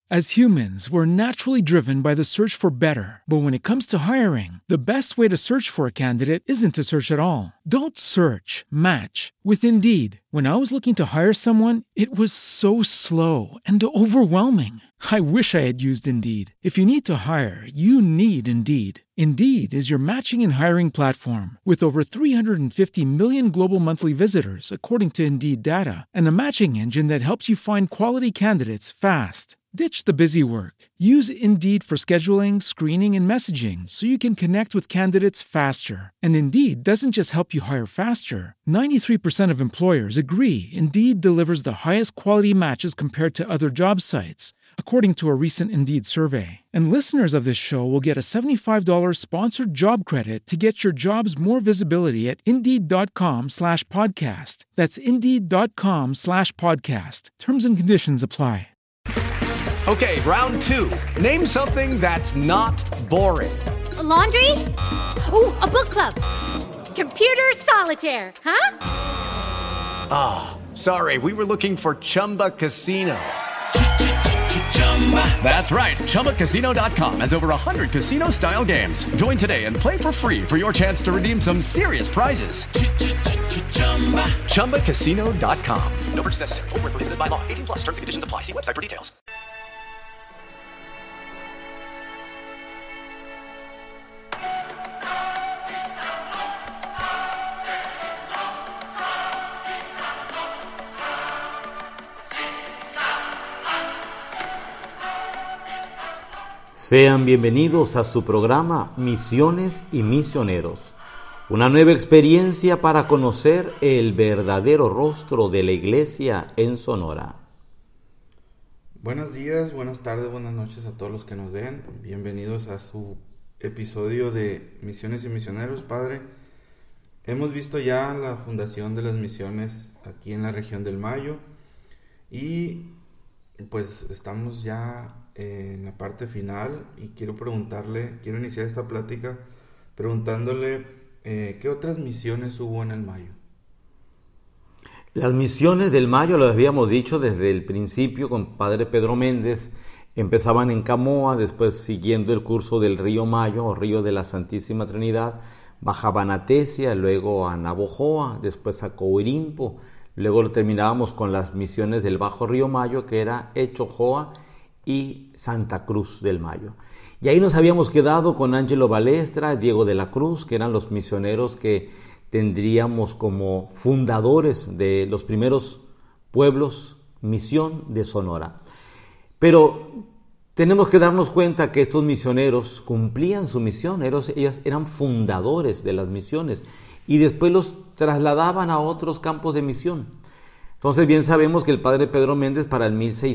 As humans, we're naturally driven by the search for better. But when it comes to hiring, the best way to search for a candidate isn't to search at all. Don't search, match with Indeed. When I was looking to hire someone, it was so slow and overwhelming. I wish I had used Indeed. If you need to hire, you need Indeed. Indeed is your matching and hiring platform with over 350 million global monthly visitors, according to Indeed data, and a matching engine that helps you find quality candidates fast. Ditch the busy work. Use Indeed for scheduling, screening, and messaging so you can connect with candidates faster. And Indeed doesn't just help you hire faster. 93% of employers agree Indeed delivers the highest quality matches compared to other job sites, according to a recent Indeed survey. And listeners of this show will get a $75 sponsored job credit to get your jobs more visibility at Indeed.com/podcast. That's Indeed.com/podcast. Terms and conditions apply. Okay, round two. Name something that's not boring. A laundry? Ooh, a book club. Computer solitaire, huh? Sorry, we were looking for Chumba Casino. That's right. ChumbaCasino.com has over 100 casino-style games. Join today and play for free for your chance to redeem some serious prizes. ChumbaCasino.com. No purchase necessary. Void where prohibited by law. 18+. Terms and conditions apply. See website for details. Sean bienvenidos a su programa Misiones y Misioneros, una nueva experiencia para conocer el verdadero rostro de la iglesia en Sonora. Buenos días, buenas tardes, buenas noches a todos los que nos ven. Bienvenidos a su episodio de Misiones y Misioneros, Padre. Hemos visto ya la fundación de las misiones aquí en la región del Mayo y pues estamos ya en la parte final y quiero iniciar esta plática preguntándole ¿qué otras misiones hubo en el Mayo? Las misiones del Mayo, lo habíamos dicho desde el principio con Padre Pedro Méndez, empezaban en Camoa, después siguiendo el curso del río Mayo o río de la Santísima Trinidad, bajaban a Tesia, luego a Navojoa, después a Coirimpo, luego lo terminábamos con las misiones del Bajo Río Mayo, que era Echojoa y Santa Cruz del Mayo. Y ahí nos habíamos quedado con Ángelo Balestra, Diego de la Cruz, que eran los misioneros que tendríamos como fundadores de los primeros pueblos misión de Sonora. Pero tenemos que darnos cuenta que estos misioneros cumplían su misión, ellos eran fundadores de las misiones y después los trasladaban a otros campos de misión. Entonces bien sabemos que el Padre Pedro Méndez para el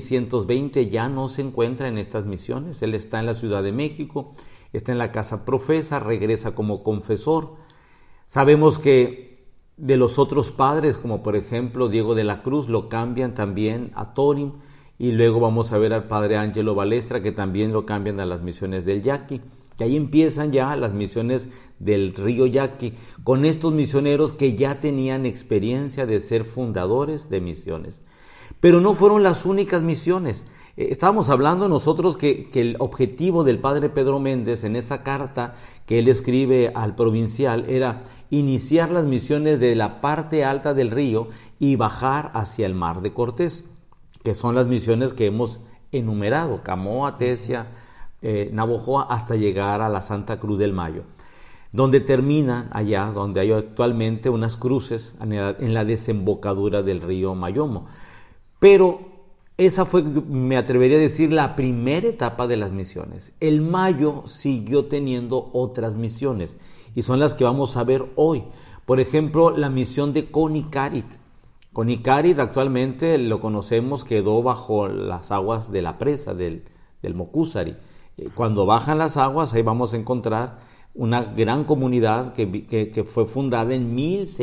1620 ya no se encuentra en estas misiones. Él está en la Ciudad de México, está en la Casa Profesa, regresa como confesor. Sabemos que de los otros padres, como por ejemplo Diego de la Cruz, lo cambian también a Torim, y luego vamos a ver al Padre Ángelo Balestra, que también lo cambian a las misiones del Yaqui. Y ahí empiezan ya las misiones del río Yaqui, con estos misioneros que ya tenían experiencia de ser fundadores de misiones. Pero no fueron las únicas misiones. Estábamos hablando nosotros que el objetivo del Padre Pedro Méndez en esa carta que él escribe al provincial era iniciar las misiones de la parte alta del río y bajar hacia el Mar de Cortés, que son las misiones que hemos enumerado, Camoa, Tesia, Navojoa, hasta llegar a la Santa Cruz del Mayo, donde terminan allá, donde hay actualmente unas cruces en la desembocadura del río Mayomo. Pero esa fue, me atrevería a decir, la primera etapa de las misiones. El Mayo siguió teniendo otras misiones y son las que vamos a ver hoy. Por ejemplo, la misión de Conicarit. Conicarit actualmente lo conocemos, quedó bajo las aguas de la presa del Mocúzari. Cuando bajan las aguas, ahí vamos a encontrar una gran comunidad que fue fundada en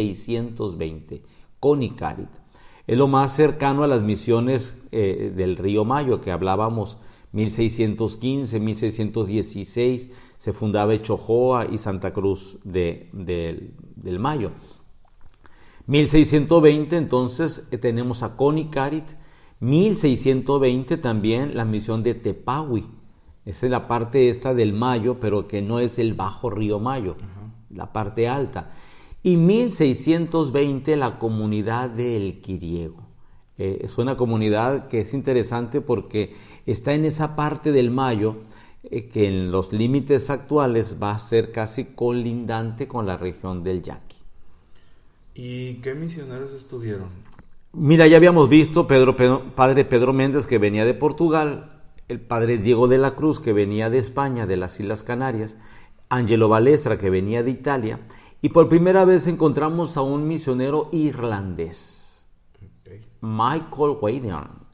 1620, Conicarit. Es lo más cercano a las misiones del río Mayo que hablábamos, 1615, 1616, se fundaba Echojoa y Santa Cruz del Mayo. 1620 entonces tenemos a Conicarit, 1620 también la misión de Tepahui. Esa es la parte esta del Mayo, pero que no es el bajo río Mayo, la parte alta. Y 1620 la comunidad del Quiriego. Es una comunidad que es interesante porque está en esa parte del Mayo que en los límites actuales va a ser casi colindante con la región del Yaqui. ¿Y qué misioneros estuvieron? Mira, ya habíamos visto padre Pedro Méndez, que venía de Portugal, el padre Diego de la Cruz, que venía de España, de las Islas Canarias, Angelo Balestra, que venía de Italia, y por primera vez encontramos a un misionero irlandés, Michael Wadern.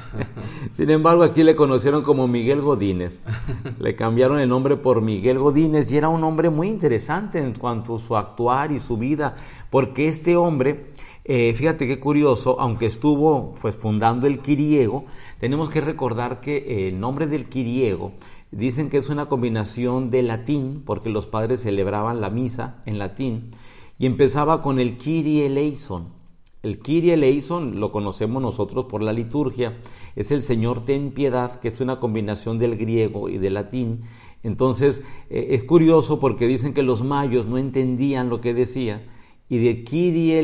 Sin embargo, aquí le conocieron como Miguel Godínez. Le cambiaron el nombre por Miguel Godínez, y era un hombre muy interesante en cuanto a su actuar y su vida, porque este hombre, fíjate qué curioso, aunque estuvo pues fundando el Quiriego, tenemos que recordar que el nombre del Quiriego dicen que es una combinación de latín, porque los padres celebraban la misa en latín, y empezaba con el Kyrie eleison. El Kyrie eleison lo conocemos nosotros por la liturgia, es el Señor ten piedad, que es una combinación del griego y del latín. Entonces es curioso porque dicen que los mayos no entendían lo que decía, y de Kyrie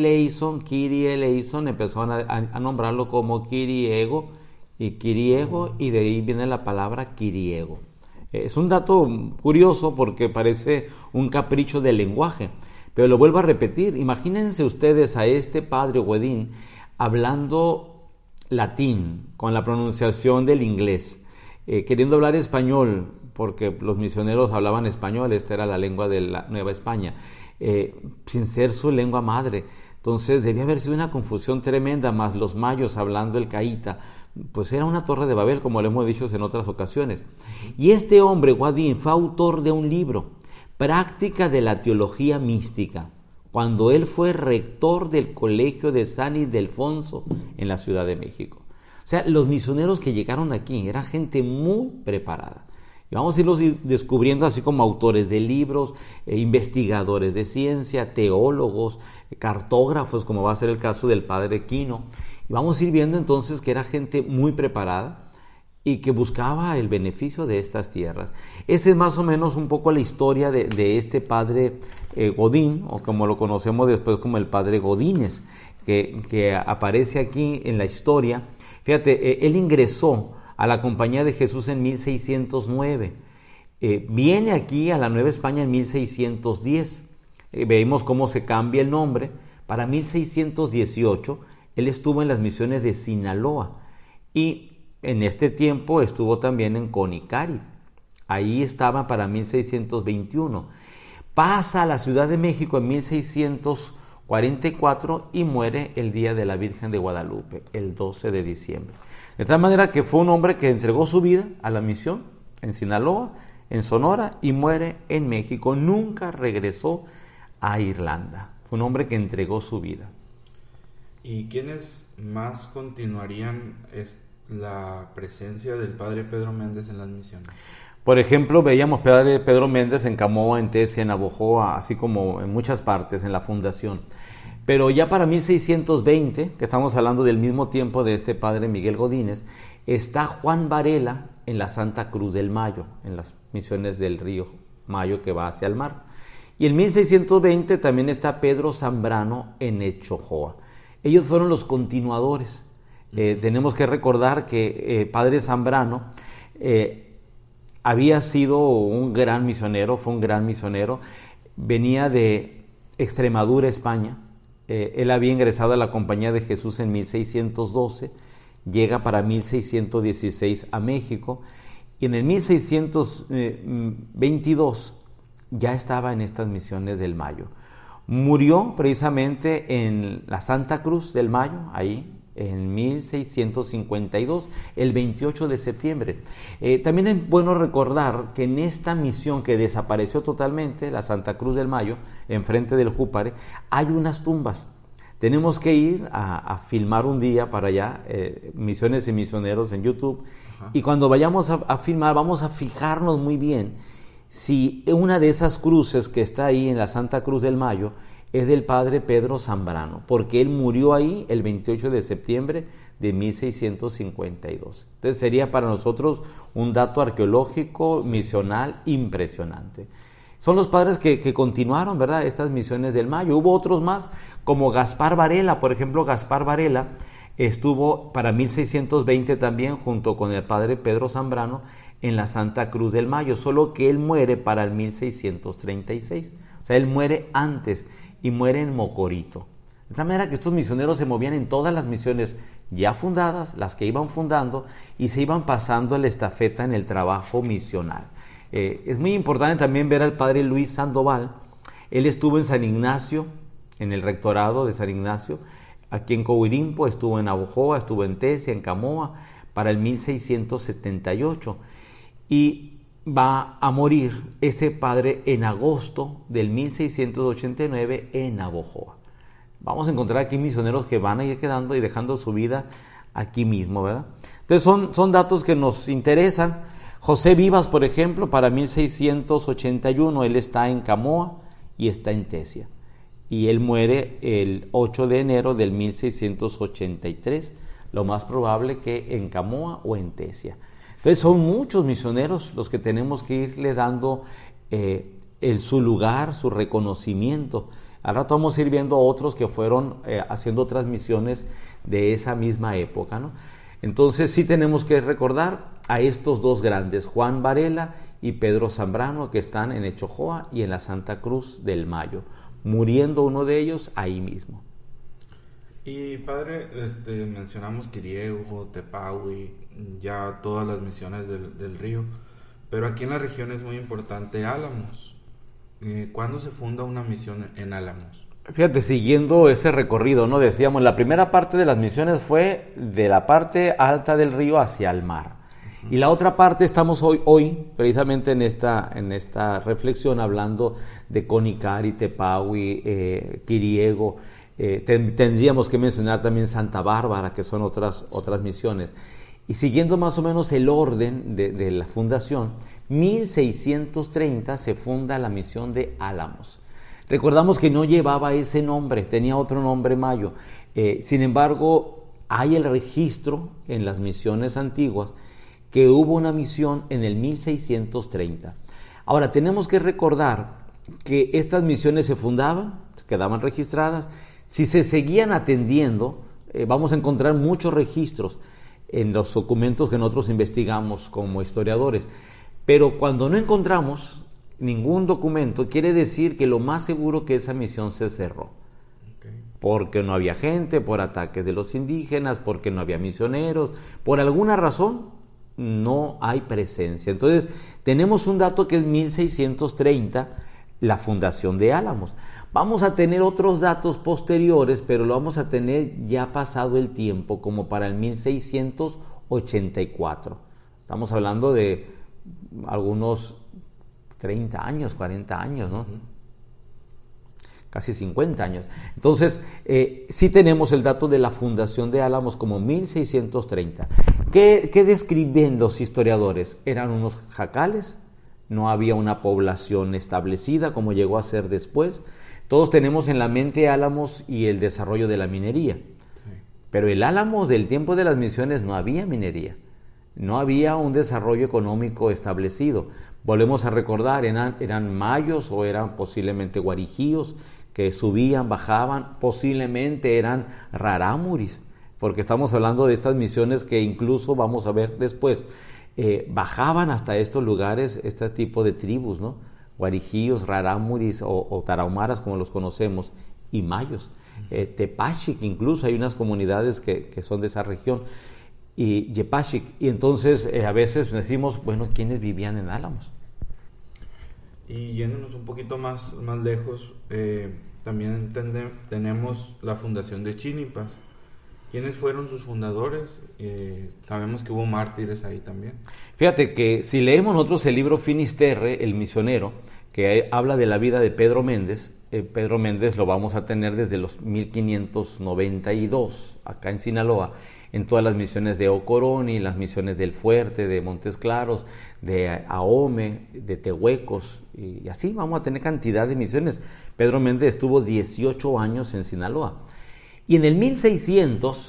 eleison empezaron a nombrarlo como Quiriego, y de ahí viene la palabra Quiriego. Es un dato curioso porque parece un capricho del lenguaje. Pero lo vuelvo a repetir, imagínense ustedes a este padre Wedin hablando latín, con la pronunciación del inglés, queriendo hablar español, porque los misioneros hablaban español, esta era la lengua de la Nueva España, sin ser su lengua madre. Entonces debía haber sido una confusión tremenda, más los mayos hablando el caíta, pues era una torre de Babel, como lo hemos dicho en otras ocasiones. Y este hombre, Wadin, fue autor de un libro, Práctica de la Teología Mística, cuando él fue rector del Colegio de San Ildefonso en la Ciudad de México. O sea, los misioneros que llegaron aquí eran gente muy preparada. Y vamos a irlos descubriendo así como autores de libros, investigadores de ciencia, teólogos, cartógrafos, como va a ser el caso del padre Quino. Y vamos a ir viendo entonces que era gente muy preparada y que buscaba el beneficio de estas tierras. Esa es más o menos un poco la historia de este padre Godín, o como lo conocemos después como el padre Godínez, que aparece aquí en la historia. Fíjate, él ingresó a la Compañía de Jesús en 1609. Viene aquí a la Nueva España en 1610. Vemos cómo se cambia el nombre. Para 1618, él estuvo en las misiones de Sinaloa, y en este tiempo estuvo también en Conicarit. Ahí estaba para 1621. Pasa a la Ciudad de México en 1644 y muere el día de la Virgen de Guadalupe, el 12 de diciembre. De tal manera que fue un hombre que entregó su vida a la misión en Sinaloa, en Sonora, y muere en México. Nunca regresó a Irlanda. Fue un hombre que entregó su vida. ¿Y quiénes más continuarían la presencia del padre Pedro Méndez en las misiones? Por ejemplo, veíamos padre Pedro Méndez en Camoa, en Tesia, en Navojoa, así como en muchas partes en la fundación. Pero ya para 1620, que estamos hablando del mismo tiempo de este padre Miguel Godínez, está Juan Varela en la Santa Cruz del Mayo, en las misiones del río Mayo que va hacia el mar. Y en 1620 también está Pedro Zambrano en Echojoa. Ellos fueron los continuadores. Tenemos que recordar que Padre Zambrano había sido un gran misionero, fue un gran misionero, venía de Extremadura, España. Él había ingresado a la Compañía de Jesús en 1612, llega para 1616 a México, y en el 1622 ya estaba en estas misiones del Mayo. Murió precisamente en la Santa Cruz del Mayo, ahí, en 1652, el 28 de septiembre. También es bueno recordar que en esta misión que desapareció totalmente, la Santa Cruz del Mayo, enfrente del Júpare, hay unas tumbas. Tenemos que ir a filmar un día para allá, Misiones y Misioneros en YouTube, y cuando vayamos a filmar vamos a fijarnos muy bien si una de esas cruces que está ahí en la Santa Cruz del Mayo es del padre Pedro Zambrano, porque él murió ahí el 28 de septiembre de 1652. Entonces sería para nosotros un dato arqueológico, misional, impresionante. Son los padres que continuaron, ¿verdad?, estas misiones del Mayo. Hubo otros más, como Gaspar Varela. Por ejemplo, Gaspar Varela estuvo para 1620 también, junto con el padre Pedro Zambrano, en la Santa Cruz del Mayo, solo que él muere para el 1636. O sea, él muere antes y muere en Mocorito. De tal manera que estos misioneros se movían en todas las misiones ya fundadas, las que iban fundando, y se iban pasando la estafeta en el trabajo misional. Es muy importante también ver al padre Luis Sandoval. Él estuvo en San Ignacio, en el rectorado de San Ignacio, aquí en Coahuirimpo, estuvo en Abojoa, estuvo en Tesia, en Camoa, para el 1678. Y va a morir este padre en agosto del 1689 en Abojoa. Vamos a encontrar aquí misioneros que van a ir quedando y dejando su vida aquí mismo, ¿verdad? Entonces son datos que nos interesan. José Vivas, por ejemplo, para 1681, él está en Camoa y está en Tesia. Y él muere el 8 de enero del 1683, lo más probable que en Camoa o en Tesia. Entonces son muchos misioneros los que tenemos que irle dando su lugar, su reconocimiento. Al rato vamos a ir viendo otros que fueron haciendo otras misiones de esa misma época, ¿no? Entonces sí tenemos que recordar a estos dos grandes, Juan Varela y Pedro Zambrano, que están en Echojoa y en la Santa Cruz del Mayo, muriendo uno de ellos ahí mismo. Y padre, mencionamos Quiriego, Tepahui, ya todas las misiones del río, pero aquí en la región es muy importante Álamos. ¿Cuándo se funda una misión en Álamos? Fíjate, siguiendo ese recorrido, ¿no? Decíamos, la primera parte de las misiones fue de la parte alta del río hacia el mar. Y la otra parte estamos hoy precisamente en esta reflexión hablando de Conicari, Tepahui, Quiriego. Tendríamos que mencionar también Santa Bárbara, que son otras misiones. Y siguiendo más o menos el orden de la fundación, 1630 se funda la misión de Álamos. Recordamos que no llevaba ese nombre, tenía otro nombre Mayo. Sin embargo, hay el registro en las misiones antiguas que hubo una misión en el 1630. Ahora, tenemos que recordar que estas misiones se fundaban, quedaban registradas. Si se seguían atendiendo, vamos a encontrar muchos registros en los documentos que nosotros investigamos como historiadores. Pero cuando no encontramos ningún documento, quiere decir que lo más seguro que esa misión se cerró. Okay. Porque no había gente, por ataques de los indígenas, porque no había misioneros, por alguna razón no hay presencia. Entonces tenemos un dato que es 1630, la fundación de Álamos. Vamos a tener otros datos posteriores, pero lo vamos a tener ya pasado el tiempo, como para el 1684. Estamos hablando de algunos 30 años, 40 años, ¿no? Casi 50 años. Entonces, sí tenemos el dato de la fundación de Álamos como 1630. ¿Qué describen los historiadores? Eran unos jacales, no había una población establecida como llegó a ser después. Todos tenemos en la mente Álamos y el desarrollo de la minería. Sí. Pero el Álamos del tiempo de las misiones no había minería. No había un desarrollo económico establecido. Volvemos a recordar, eran mayos o eran posiblemente guarijíos que subían, bajaban, posiblemente eran rarámuris, porque estamos hablando de estas misiones que incluso vamos a ver después, bajaban hasta estos lugares, este tipo de tribus, ¿no? Guarijíos, rarámuris o tarahumaras como los conocemos, y mayos. Tepachic, incluso hay unas comunidades que son de esa región, y Yepachic, y entonces a veces decimos, bueno, ¿quiénes vivían en Álamos? Y yéndonos un poquito más lejos, también tenemos la fundación de Chinipas. ¿Quiénes fueron sus fundadores? Sabemos que hubo mártires ahí también. Fíjate que si leemos nosotros el libro Finisterre, el misionero, que habla de la vida de Pedro Méndez, Pedro Méndez lo vamos a tener desde los 1592, acá en Sinaloa, en todas las misiones de Ocoroni, las misiones del Fuerte, de Montes Claros, de Ahome, de Tehuecos, y así vamos a tener cantidad de misiones. Pedro Méndez estuvo 18 años en Sinaloa. Y en el 1600,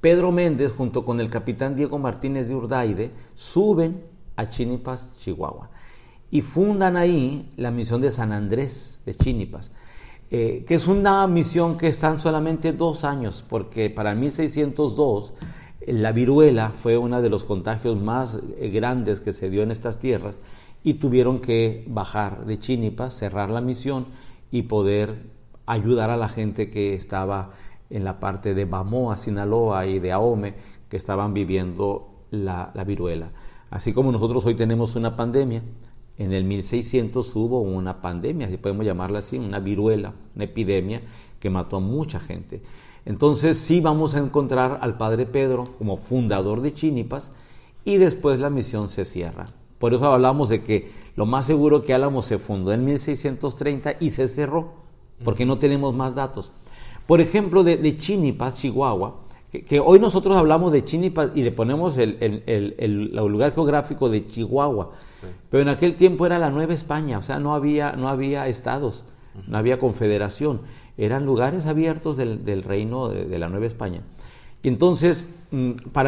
Pedro Méndez, junto con el capitán Diego Martínez de Urdaide, suben a Chínipas, Chihuahua, y fundan ahí la misión de San Andrés de Chínipas, que es una misión que están solamente 2 años, porque para el 1602 la viruela fue uno de los contagios más grandes que se dio en estas tierras, y tuvieron que bajar de Chínipas, cerrar la misión y poder ayudar a la gente que estaba en la parte de Bamoa, Sinaloa, y de Ahome, que estaban viviendo la viruela. Así como nosotros hoy tenemos una pandemia, en el 1600 hubo una pandemia, si podemos llamarla así, una viruela, una epidemia que mató a mucha gente. Entonces sí vamos a encontrar al padre Pedro como fundador de Chínipas, y después la misión se cierra. Por eso hablamos de que lo más seguro que Álamo se fundó en 1630 y se cerró, porque no tenemos más datos. Por ejemplo, de Chínipas, Chihuahua, que hoy nosotros hablamos de Chínipas y le ponemos el lugar geográfico de Chihuahua, sí. Pero en aquel tiempo era la Nueva España, o sea, no había estados, no había confederación, eran lugares abiertos del reino de la Nueva España. Y entonces, para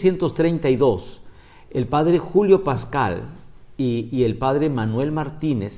1632, el padre Julio Pascal y el padre Manuel Martínez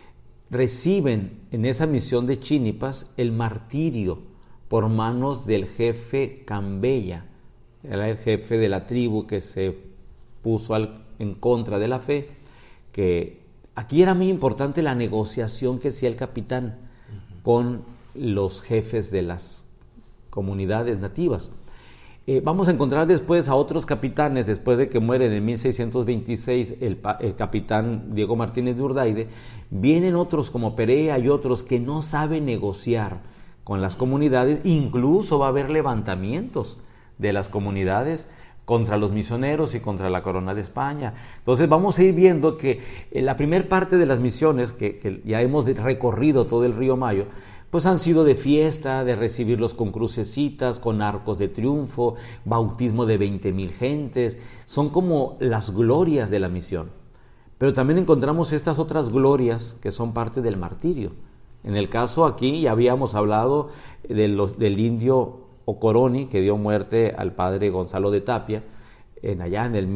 reciben en esa misión de Chínipas el martirio por manos del jefe Cambella. Era el jefe de la tribu que se puso en contra de la fe, que aquí era muy importante la negociación que hacía el capitán con los jefes de las comunidades nativas. Vamos a encontrar después a otros capitanes, después de que mueren en 1626 el capitán Diego Martínez de Urdaide, vienen otros como Perea y otros que no saben negociar con las comunidades. Incluso va a haber levantamientos de las comunidades contra los misioneros y contra la corona de España. Entonces vamos a ir viendo que la primera parte de las misiones, que ya hemos recorrido todo el río Mayo, pues han sido de fiesta, de recibirlos con crucecitas, con arcos de triunfo, bautismo de 20,000 gentes. Son como las glorias de la misión. Pero también encontramos estas otras glorias que son parte del martirio. En el caso aquí ya habíamos hablado del indio Ocoroni, que dio muerte al padre Gonzalo de Tapia, allá en el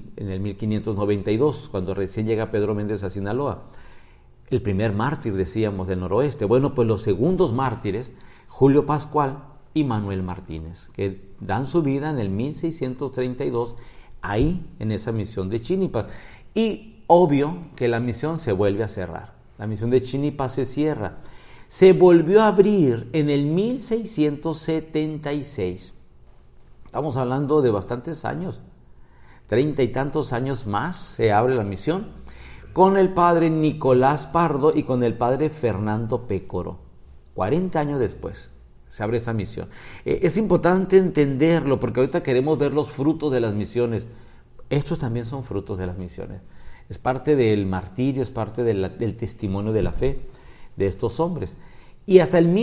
1592, cuando recién llega Pedro Méndez a Sinaloa. El primer mártir, decíamos, del noroeste. Bueno, pues los segundos mártires, Julio Pascual y Manuel Martínez, que dan su vida en el 1632, ahí en esa misión de Chínipas. Y obvio que la misión se vuelve a cerrar. La misión de Chínipas se cierra. Se volvió a abrir en el 1676. Estamos hablando de bastantes años. 30 y tantos años más se abre la misión, con el padre Nicolás Pardo y con el padre Fernando Pécoro. 40 años después se abre esta misión. Es importante entenderlo, porque ahorita queremos ver los frutos de las misiones. Estos también son frutos de las misiones. Es parte del martirio, es parte del testimonio de la fe de estos hombres. Y hasta el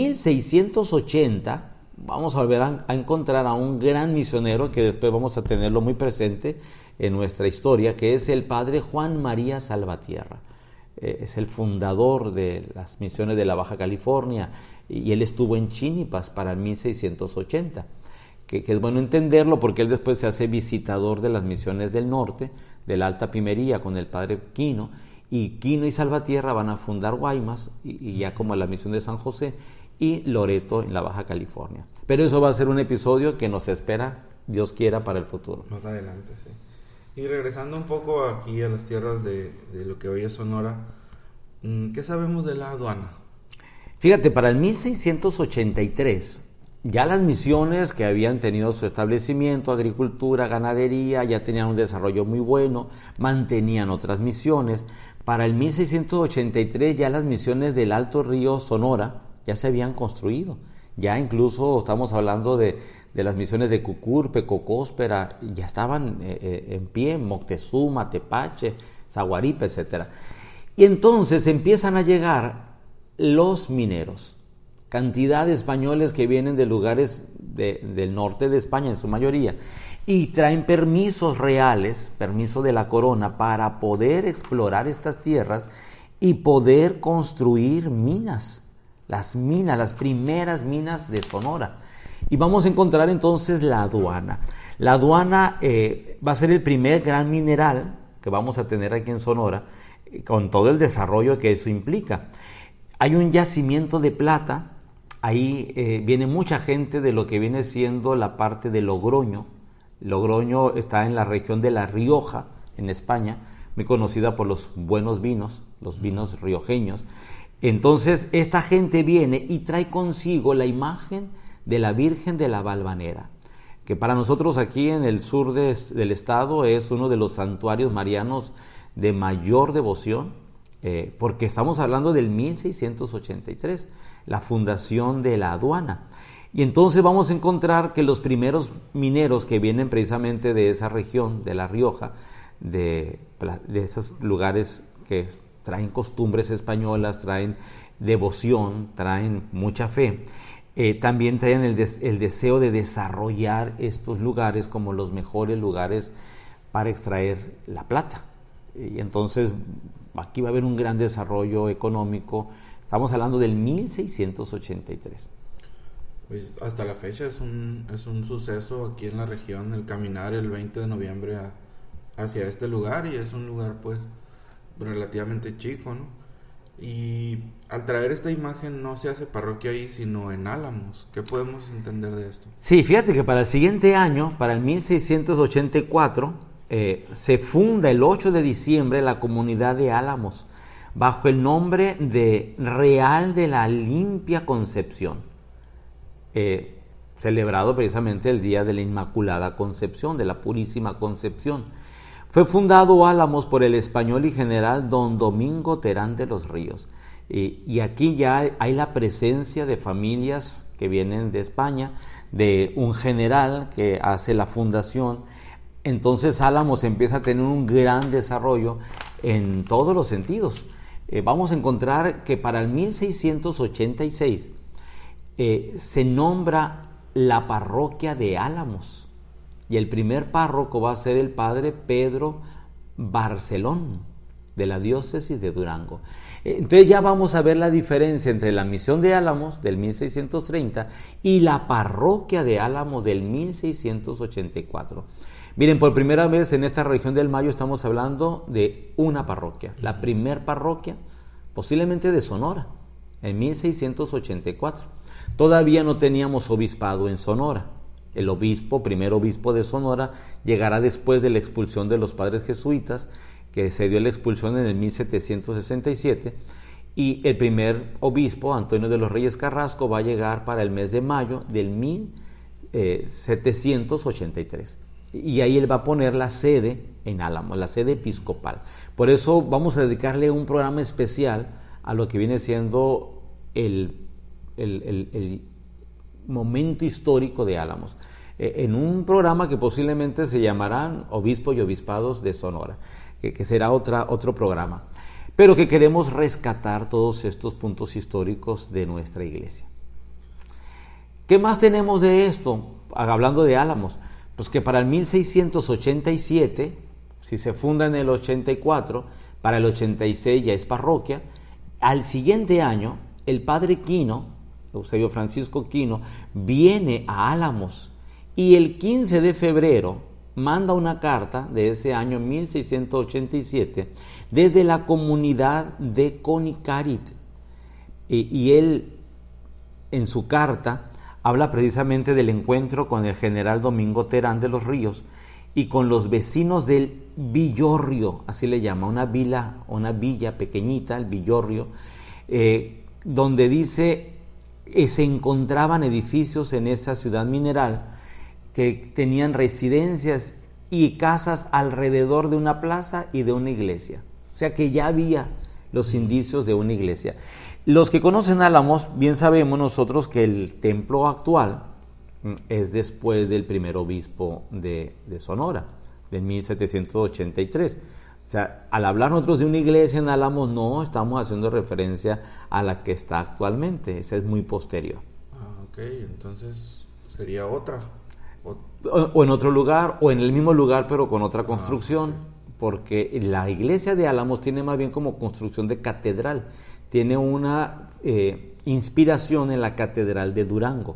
1680 vamos a volver a encontrar a un gran misionero que después vamos a tenerlo muy presente en nuestra historia, que es el padre Juan María Salvatierra. Es el fundador de las misiones de la Baja California, y él estuvo en Chínipas para el 1680, que es bueno entenderlo porque él después se hace visitador de las misiones del norte, de la Alta Pimería, con el padre Quino, y Quino y Salvatierra van a fundar Guaymas, y ya como la misión de San José, y Loreto en la Baja California. Pero eso va a ser un episodio que nos espera, Dios quiera, para el futuro. Más adelante, sí. Y regresando un poco aquí a las tierras de lo que hoy es Sonora, ¿qué sabemos de la aduana? Fíjate, para el 1683, ya las misiones que habían tenido su establecimiento, agricultura, ganadería, ya tenían un desarrollo muy bueno, mantenían otras misiones. Para el 1683 ya las misiones del Alto Río Sonora ya se habían construido. Ya incluso estamos hablando de las misiones de Cucurpe, Cocóspera, ya estaban en pie, Moctezuma, Tepache, Zaguaripa, etc. Y entonces empiezan a llegar los mineros, cantidad de españoles que vienen de lugares del norte de España en su mayoría, y traen permisos reales, permiso de la corona, para poder explorar estas tierras y poder construir minas, las primeras minas de Sonora. Y vamos a encontrar entonces la aduana. La aduana va a ser el primer gran mineral que vamos a tener aquí en Sonora, con todo el desarrollo que eso implica. Hay un yacimiento de plata, ahí viene mucha gente de lo que viene siendo la parte de Logroño. Logroño está en la región de La Rioja, en España, muy conocida por los buenos vinos, los vinos riojeños. Entonces esta gente viene y trae consigo la imagen de la Virgen de la Valvanera, que para nosotros aquí en el sur del estado es uno de los santuarios marianos de mayor devoción, porque estamos hablando del 1683, la fundación de la aduana. Y entonces vamos a encontrar que los primeros mineros que vienen precisamente de esa región, de La Rioja, de esos lugares que traen costumbres españolas, traen devoción, traen mucha fe, también traen el deseo de desarrollar estos lugares como los mejores lugares para extraer la plata. Y entonces aquí va a haber un gran desarrollo económico. Estamos hablando del 1683. Pues hasta la fecha es un suceso aquí en la región el caminar el 20 de noviembre hacia este lugar, y es un lugar pues relativamente chico, ¿no? Y al traer esta imagen no se hace parroquia ahí, sino en Álamos. ¿Qué podemos entender de esto? Sí, fíjate que para el siguiente año, para el 1684, se funda el 8 de diciembre la comunidad de Álamos, bajo el nombre de Real de la Limpia Concepción, celebrado precisamente el día de la Inmaculada Concepción, de la Purísima Concepción. Fue fundado Álamos por el español y general don Domingo Terán de los Ríos. Y aquí ya hay la presencia de familias que vienen de España, de un general que hace la fundación. Entonces Álamos empieza a tener un gran desarrollo en todos los sentidos. Vamos a encontrar que para el 1686 se nombra la parroquia de Álamos. Y el primer párroco va a ser el padre Pedro Barcelón, de la diócesis de Durango. Entonces ya vamos a ver la diferencia entre la misión de Álamos del 1630 y la parroquia de Álamos del 1684. Miren, por primera vez en esta región del Mayo estamos hablando de una parroquia, la primer parroquia posiblemente de Sonora, en 1684. Todavía no teníamos obispado en Sonora. El primer obispo de Sonora, llegará después de la expulsión de los padres jesuitas, que se dio la expulsión en el 1767, y el primer obispo, Antonio de los Reyes Carrasco, va a llegar para el mes de mayo del 1783. Y ahí él va a poner la sede en Álamos, la sede episcopal. Por eso vamos a dedicarle un programa especial a lo que viene siendo el momento histórico de Álamos, en un programa que posiblemente se llamarán Obispos y Obispados de Sonora, que será otro programa, pero que queremos rescatar todos estos puntos históricos de nuestra iglesia. ¿Qué más tenemos de esto? Hablando de Álamos, pues que para el 1687, si se funda en el 84, para el 86 ya es parroquia. Al siguiente año, el padre Quino, Eusebio Francisco Quino, viene a Álamos y el 15 de febrero manda una carta de ese año 1687 desde la comunidad de Conicarit, y él en su carta habla precisamente del encuentro con el general Domingo Terán de los Ríos y con los vecinos del Villorrio, así le llama, una villa pequeñita, el Villorrio, donde dice se encontraban edificios en esa ciudad mineral que tenían residencias y casas alrededor de una plaza y de una iglesia. O sea que ya había los indicios de una iglesia. Los que conocen Álamos, bien sabemos nosotros que el templo actual es después del primer obispo de Sonora, del 1783. O sea, al hablar nosotros de una iglesia en Álamos, no estamos haciendo referencia a la que está actualmente. Esa es muy posterior. Ok, entonces sería otra. O en otro lugar, o en el mismo lugar, pero con otra construcción. Okay. Porque la iglesia de Álamos tiene más bien como construcción de catedral. Tiene una inspiración en la catedral de Durango.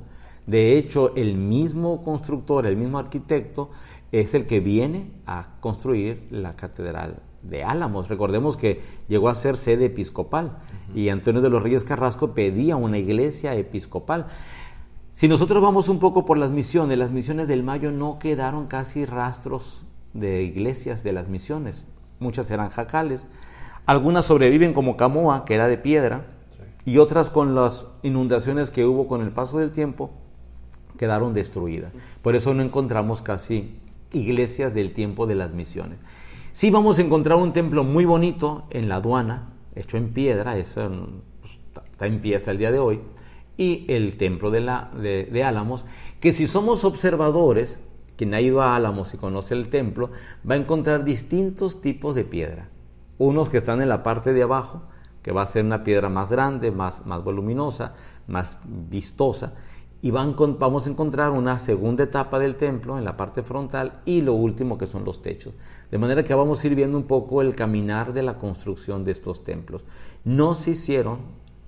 De hecho, el mismo constructor, el mismo arquitecto, es el que viene a construir la Catedral de Álamos. Recordemos que llegó a ser sede episcopal y Antonio de los Reyes Carrasco pedía una iglesia episcopal. Si nosotros vamos un poco por las misiones del Mayo no quedaron casi rastros de iglesias de las misiones. Muchas eran jacales, algunas sobreviven como Camoa, que era de piedra, y otras con las inundaciones que hubo con el paso del tiempo quedaron destruidas. Por eso no encontramos casi iglesias del tiempo de las misiones. Sí vamos a encontrar un templo muy bonito en la aduana, hecho en piedra, eso está en pie hasta el día de hoy, y el templo de Álamos, que si somos observadores, quien ha ido a Álamos y conoce el templo, va a encontrar distintos tipos de piedra. Unos que están en la parte de abajo, que va a ser una piedra más grande, más voluminosa, más vistosa, y vamos a encontrar una segunda etapa del templo en la parte frontal y lo último que son los techos. De manera que vamos a ir viendo un poco el caminar de la construcción de estos templos. No se hicieron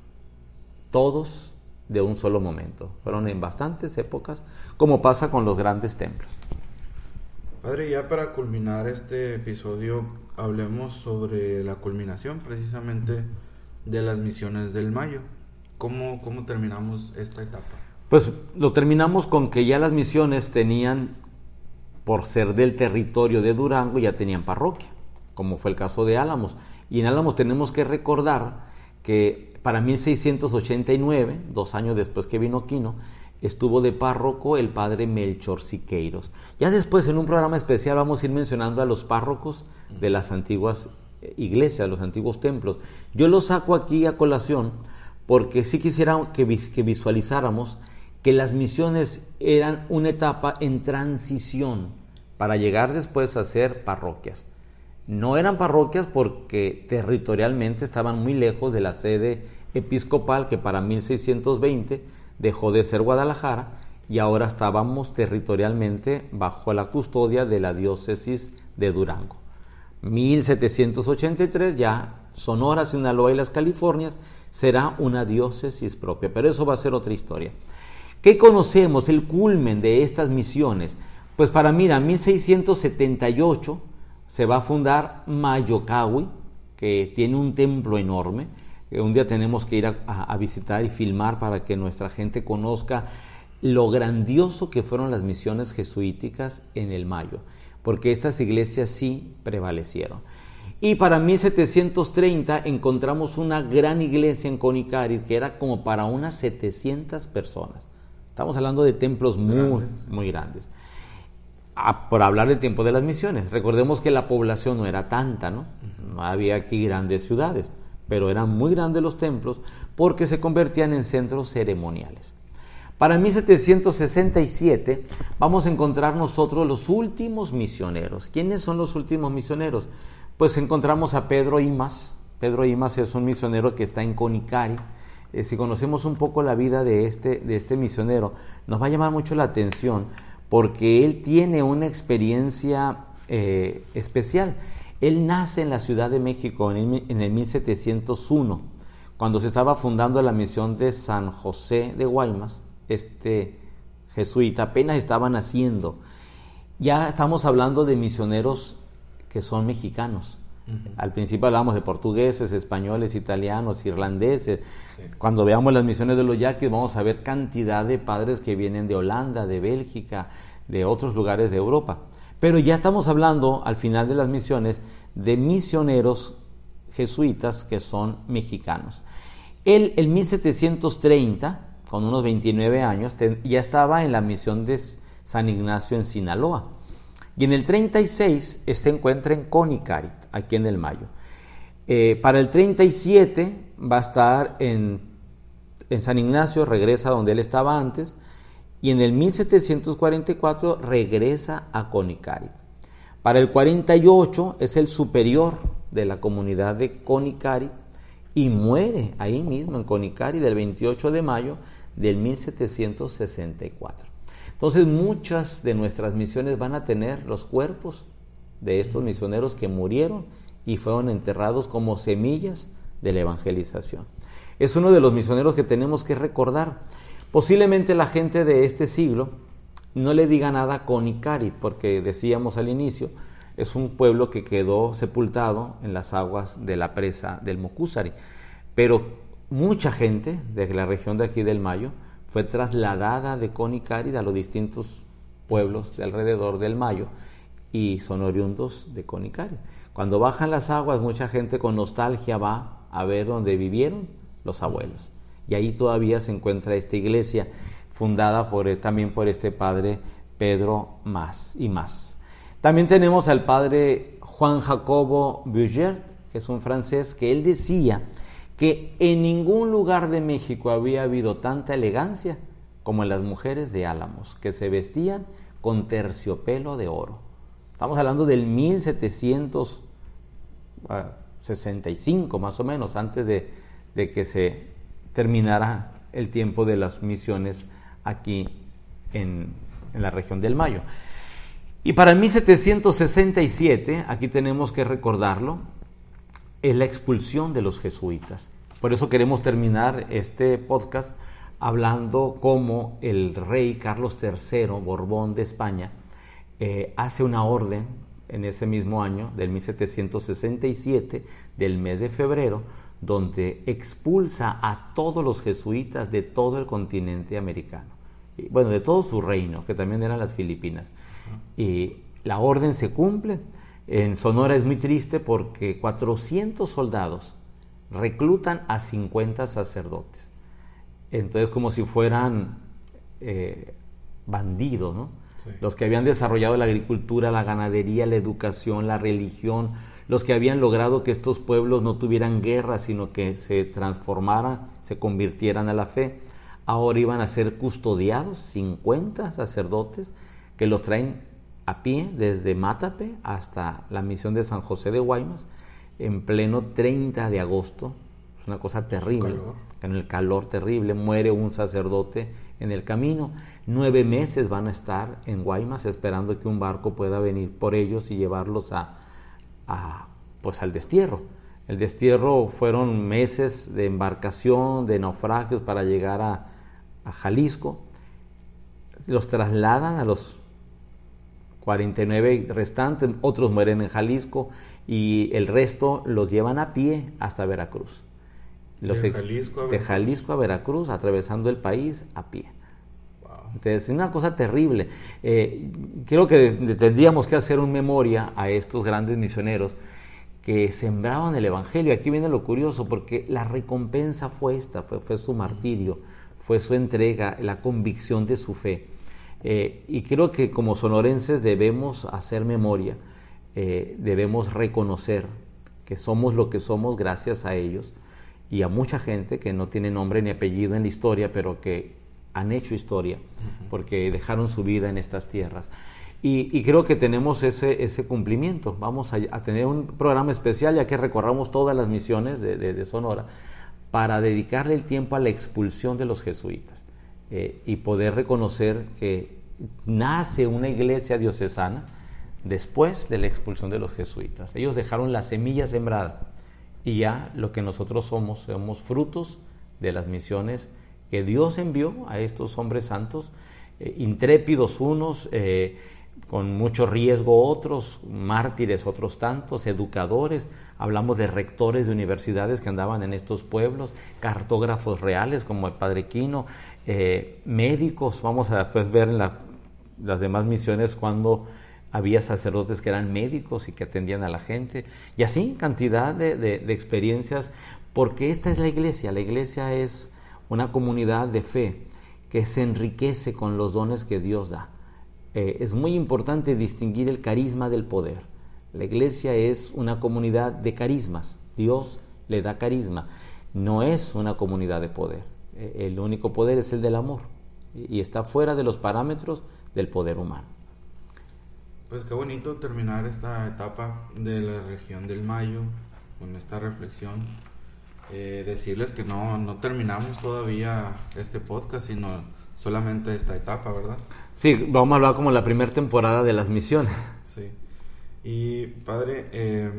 todos de un solo momento, fueron en bastantes épocas, como pasa con los grandes templos. Padre, ya para culminar este episodio, hablemos sobre la culminación precisamente de las misiones del Mayo. ¿Cómo terminamos esta etapa? Pues lo terminamos con que ya las misiones tenían, por ser del territorio de Durango, ya tenían parroquia, como fue el caso de Álamos. Y en Álamos tenemos que recordar que para 1689, 2 años después que vino Quino, estuvo de párroco el padre Melchor Siqueiros. Ya después, en un programa especial, vamos a ir mencionando a los párrocos de las antiguas iglesias, los antiguos templos. Yo lo saco aquí a colación porque sí quisiera que visualizáramos que las misiones eran una etapa en transición para llegar después a ser parroquias. No eran parroquias porque territorialmente estaban muy lejos de la sede episcopal, que para 1620 dejó de ser Guadalajara y ahora estábamos territorialmente bajo la custodia de la diócesis de Durango. 1783 ya Sonora, Sinaloa y las Californias será una diócesis propia, pero eso va a ser otra historia. ¿Qué conocemos? El culmen de estas misiones. Pues para 1678 se va a fundar Mayocahui, que tiene un templo enorme, que un día tenemos que ir a visitar y filmar para que nuestra gente conozca lo grandioso que fueron las misiones jesuíticas en el Mayo, porque estas iglesias sí prevalecieron. Y para 1730 encontramos una gran iglesia en Conicarit que era como para unas 700 personas. Estamos hablando de templos muy grandes. Por hablar del tiempo de las misiones, recordemos que la población no era tanta, ¿no? No había aquí grandes ciudades, pero eran muy grandes los templos porque se convertían en centros ceremoniales. Para 1767 vamos a encontrar nosotros los últimos misioneros. ¿Quiénes son los últimos misioneros? Pues encontramos a Pedro Imas. Pedro Imas es un misionero que está en Conicarit. Si conocemos un poco la vida de este misionero, nos va a llamar mucho la atención porque él tiene una experiencia especial. Él nace en la Ciudad de México en el 1701, cuando se estaba fundando la misión de San José de Guaymas. Este jesuita apenas estaba naciendo. Ya estamos hablando de misioneros que son mexicanos. Al principio hablábamos de portugueses, españoles, italianos, irlandeses. Sí. Cuando veamos las misiones de los yaquis vamos a ver cantidad de padres que vienen de Holanda, de Bélgica, de otros lugares de Europa. Pero ya estamos hablando al final de las misiones de misioneros jesuitas que son mexicanos. Él en 1730, con unos 29 años, ya estaba en la misión de San Ignacio en Sinaloa. Y en el 36 se encuentra en Conicarit, aquí en el Mayo. Para el 37 va a estar en San Ignacio, regresa donde él estaba antes, y en el 1744 regresa a Conicarit. Para el 48 es el superior de la comunidad de Conicarit y muere ahí mismo en Conicarit el 28 de mayo del 1764. Entonces muchas de nuestras misiones van a tener los cuerpos de estos misioneros que murieron y fueron enterrados como semillas de la evangelización. Es uno de los misioneros que tenemos que recordar. Posiblemente la gente de este siglo no le diga nada a Conicarit, porque decíamos al inicio, es un pueblo que quedó sepultado en las aguas de la presa del Mocúzari. Pero mucha gente de la región de aquí del Mayo fue trasladada de Conicarit a los distintos pueblos de alrededor del Mayo y son oriundos de Conicarit. Cuando bajan las aguas, mucha gente con nostalgia va a ver dónde vivieron los abuelos. Y ahí todavía se encuentra esta iglesia fundada también por este padre Pedro Mas. También tenemos al padre Juan Jacobo Buger, que es un francés, que él decía que en ningún lugar de México había habido tanta elegancia como en las mujeres de Álamos, que se vestían con terciopelo de oro. Estamos hablando del 1765 más o menos, antes de que se terminara el tiempo de las misiones aquí en la región del Mayo. Y para el 1767, aquí tenemos que recordarlo, es la expulsión de los jesuitas. Por eso queremos terminar este podcast hablando cómo el rey Carlos III, Borbón de España, hace una orden en ese mismo año, del 1767, del mes de febrero, donde expulsa a todos los jesuitas de todo el continente americano. Bueno, de todo su reino, que también eran las Filipinas. Y la orden se cumple. En Sonora es muy triste porque 400 soldados reclutan a 50 sacerdotes. Entonces, como si fueran bandidos, ¿no? Sí. Los que habían desarrollado la agricultura, la ganadería, la educación, la religión, los que habían logrado que estos pueblos no tuvieran guerra, sino que se transformaran, se convirtieran a la fe, ahora iban a ser custodiados 50 sacerdotes que los traen a pie desde Mátape hasta la misión de San José de Guaymas en pleno 30 de agosto. Es una cosa terrible, en el calor terrible, muere un sacerdote en el camino. 9 meses van a estar en Guaymas esperando que un barco pueda venir por ellos y llevarlos pues al destierro. El destierro fueron meses de embarcación, de naufragios para llegar a Jalisco. Los trasladan a los 49 restantes, otros mueren en Jalisco y el resto los llevan a pie hasta Veracruz. De Jalisco a Veracruz, atravesando el país a pie. Wow. Entonces, es una cosa terrible. Creo que tendríamos que hacer un memoria a estos grandes misioneros que sembraban el evangelio. Aquí viene lo curioso, porque la recompensa fue esta, fue su martirio, fue su entrega, la convicción de su fe. Y creo que como sonorenses debemos hacer memoria, debemos reconocer que somos lo que somos gracias a ellos y a mucha gente que no tiene nombre ni apellido en la historia, pero que han hecho historia porque dejaron su vida en estas tierras. Y creo que tenemos ese cumplimiento. Vamos a tener un programa especial, ya que recorramos todas las misiones de Sonora, para dedicarle el tiempo a la expulsión de los jesuitas y poder reconocer que nace una iglesia diocesana después de la expulsión de los jesuitas. Ellos dejaron la semilla sembrada y ya lo que nosotros somos frutos de las misiones que Dios envió a estos hombres santos, intrépidos unos, con mucho riesgo otros, mártires otros tantos, educadores. Hablamos de rectores de universidades que andaban en estos pueblos, cartógrafos reales como el padre Quino, médicos. Vamos a después ver en las demás misiones cuando había sacerdotes que eran médicos y que atendían a la gente, y así cantidad de experiencias, porque esta es la iglesia. La iglesia es una comunidad de fe que se enriquece con los dones que Dios da. Es muy importante distinguir el carisma del poder. La iglesia es una comunidad de carismas. Dios le da carisma. No es una comunidad de poder. El único poder es el del amor y está fuera de los parámetros del poder humano. Pues qué bonito terminar esta etapa de la región del Mayo con esta reflexión. Decirles que no terminamos todavía este podcast, sino solamente esta etapa, ¿verdad? Sí, vamos a hablar como la primera temporada de las misiones. Sí. Y padre,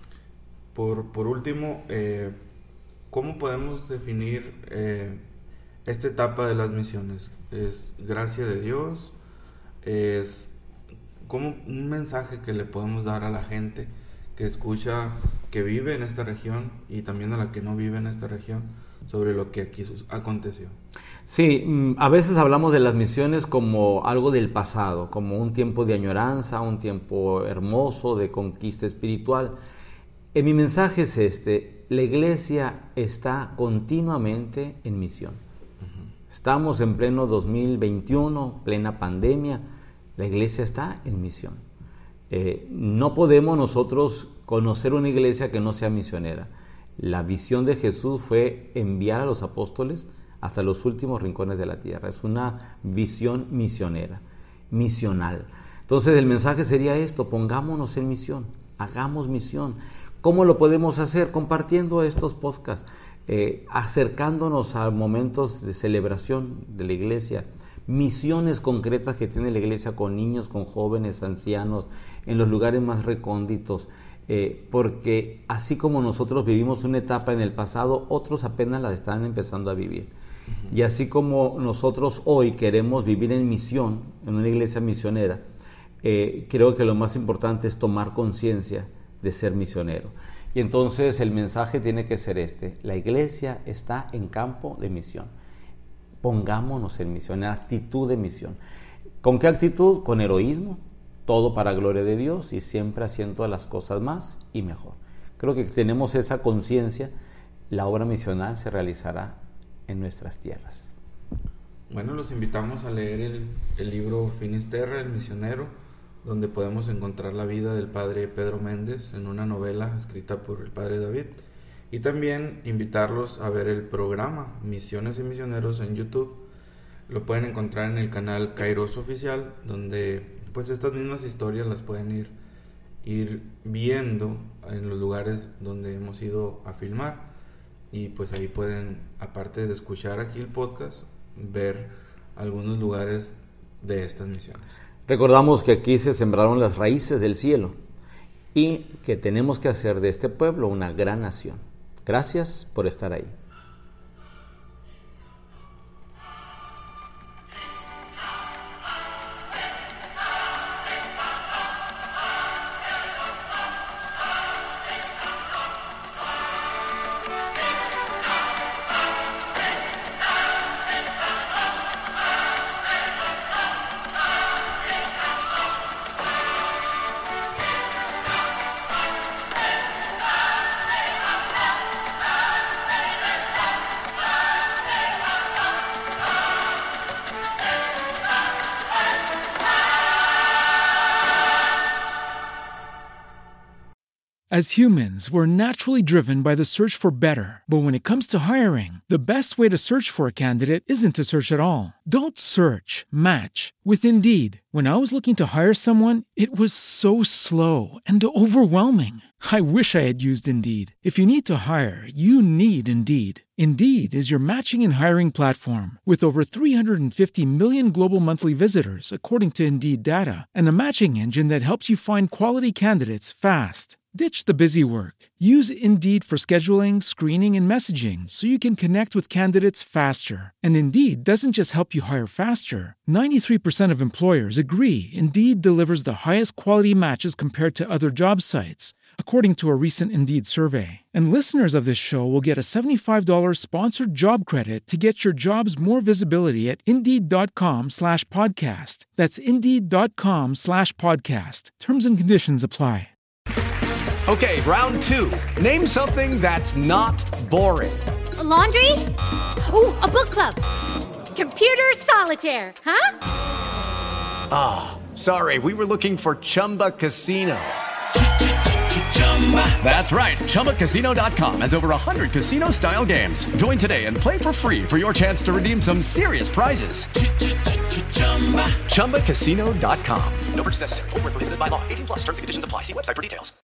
por último, ¿cómo podemos definir esta etapa de las misiones. Es gracia de Dios, es como un mensaje que le podemos dar a la gente que escucha, que vive en esta región y también a la que no vive en esta región, sobre lo que aquí aconteció. Sí, a veces hablamos de las misiones como algo del pasado, como un tiempo de añoranza, un tiempo hermoso de conquista espiritual. Mi mensaje es este: la iglesia está continuamente en misión. Estamos en pleno 2021, plena pandemia, la iglesia está en misión. No podemos nosotros conocer una iglesia que no sea misionera. La visión de Jesús fue enviar a los apóstoles hasta los últimos rincones de la tierra. Es una visión misionera, misional. Entonces el mensaje sería esto: pongámonos en misión, hagamos misión. ¿Cómo lo podemos hacer? Compartiendo estos podcasts, acercándonos a momentos de celebración de la iglesia, misiones concretas que tiene la iglesia con niños, con jóvenes, ancianos, en los lugares más recónditos, porque así como nosotros vivimos una etapa en el pasado, otros apenas la están empezando a vivir. Y así como nosotros hoy queremos vivir en misión, en una iglesia misionera, creo que lo más importante es tomar conciencia de ser misionero. Y entonces el mensaje tiene que ser este: la iglesia está en campo de misión. Pongámonos en misión, en actitud de misión. ¿Con qué actitud? Con heroísmo, todo para gloria de Dios y siempre haciendo las cosas más y mejor. Creo que tenemos esa conciencia, la obra misional se realizará en nuestras tierras. Bueno, los invitamos a leer el libro Finisterre, el misionero, donde podemos encontrar la vida del padre Pedro Méndez en una novela escrita por el padre David. Y también invitarlos a ver el programa Misiones y Misioneros en YouTube. Lo pueden encontrar en el canal Kairos Oficial, donde pues estas mismas historias las pueden ir viendo en los lugares donde hemos ido a filmar. Y pues ahí pueden, aparte de escuchar aquí el podcast, ver algunos lugares de estas misiones. Recordamos que aquí se sembraron las raíces del cielo y que tenemos que hacer de este pueblo una gran nación. Gracias por estar ahí. As humans, we're naturally driven by the search for better. But when it comes to hiring, the best way to search for a candidate isn't to search at all. Don't search, match with Indeed. When I was looking to hire someone, it was so slow and overwhelming. I wish I had used Indeed. If you need to hire, you need Indeed. Indeed is your matching and hiring platform with over 350 million global monthly visitors, according to Indeed data, and a matching engine that helps you find quality candidates fast. Ditch the busy work. Use Indeed for scheduling, screening, and messaging so you can connect with candidates faster. And Indeed doesn't just help you hire faster. 93% of employers agree Indeed delivers the highest quality matches compared to other job sites, according to a recent Indeed survey. And listeners of this show will get a $75 sponsored job credit to get your jobs more visibility at Indeed.com/podcast. That's Indeed.com/podcast. Terms and conditions apply. Okay, round two. Name something that's not boring. A laundry? Ooh, a book club. Computer solitaire, huh? Sorry, we were looking for Chumba Casino. That's right. ChumbaCasino.com has over 100 casino-style games. Join today and play for free for your chance to redeem some serious prizes. ChumbaCasino.com. No purchase necessary. Void where prohibited by law. 18+ terms and conditions apply. See website for details.